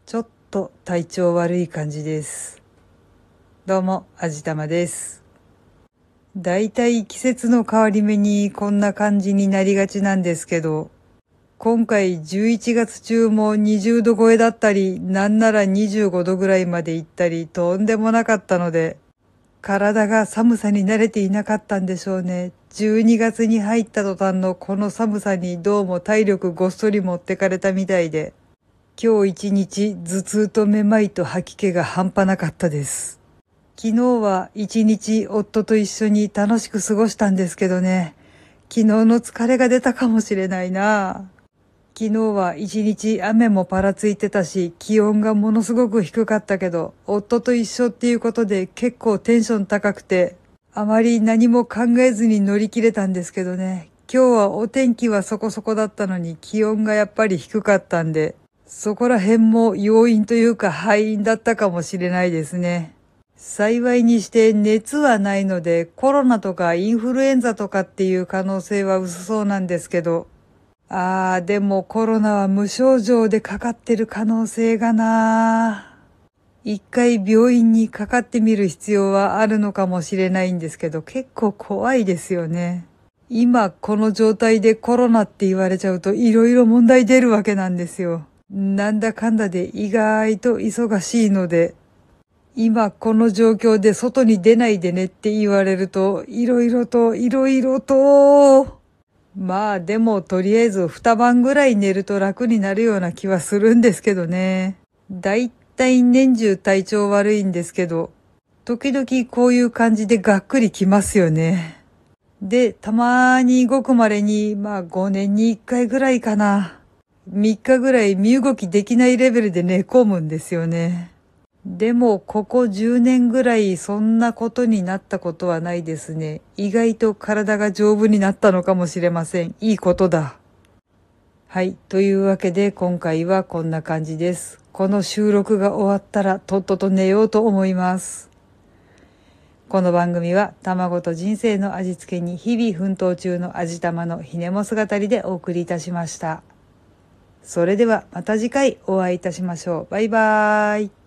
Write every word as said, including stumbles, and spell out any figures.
ちょっと体調悪い感じです。どうも、あじたまです。だいたい季節の変わり目にこんな感じになりがちなんですけど、今回じゅういちがつ中もにじゅうど超えだったり、なんならにじゅうごどぐらいまで行ったり、とんでもなかったので、体が寒さに慣れていなかったんでしょうね。じゅうにがつに入った途端のこの寒さにどうも体力ごっそり持ってかれたみたいで、今日一日頭痛とめまいと吐き気が半端なかったです。昨日は一日夫と一緒に楽しく過ごしたんですけどね。昨日の疲れが出たかもしれないな。昨日は一日雨もぱらついてたし、気温がものすごく低かったけど、夫と一緒っていうことで結構テンション高くて、あまり何も考えずに乗り切れたんですけどね。今日はお天気はそこそこだったのに気温がやっぱり低かったんで、そこら辺も要因というか敗因だったかもしれないですね。幸いにして熱はないのでコロナとかインフルエンザとかっていう可能性は薄そうなんですけど、あーでもコロナは無症状でかかってる可能性がなー。一回病院にかかってみる必要はあるのかもしれないんですけど、結構怖いですよね。今この状態でコロナって言われちゃうといろいろ問題出るわけなんですよ。なんだかんだで意外と忙しいので、今この状況で外に出ないでねって言われると、いろいろといろいろと、まあでもとりあえず二晩ぐらい寝ると楽になるような気はするんですけどね。だいたい年中体調悪いんですけど、時々こういう感じでがっくりきますよね。で、たまーにごくまれに、まあごねんにいっかいぐらいかな。みっかぐらい身動きできないレベルで寝込むんですよね。でも、ここじゅうねんぐらいそんなことになったことはないですね。意外と体が丈夫になったのかもしれません。いいことだ。はい。というわけで今回はこんな感じです。この収録が終わったらとっとと寝ようと思います。この番組は卵と人生の味付けに日々奮闘中の味玉のひねも姿りでお送りいたしました。それではまた次回お会いいたしましょう。バイバーイ。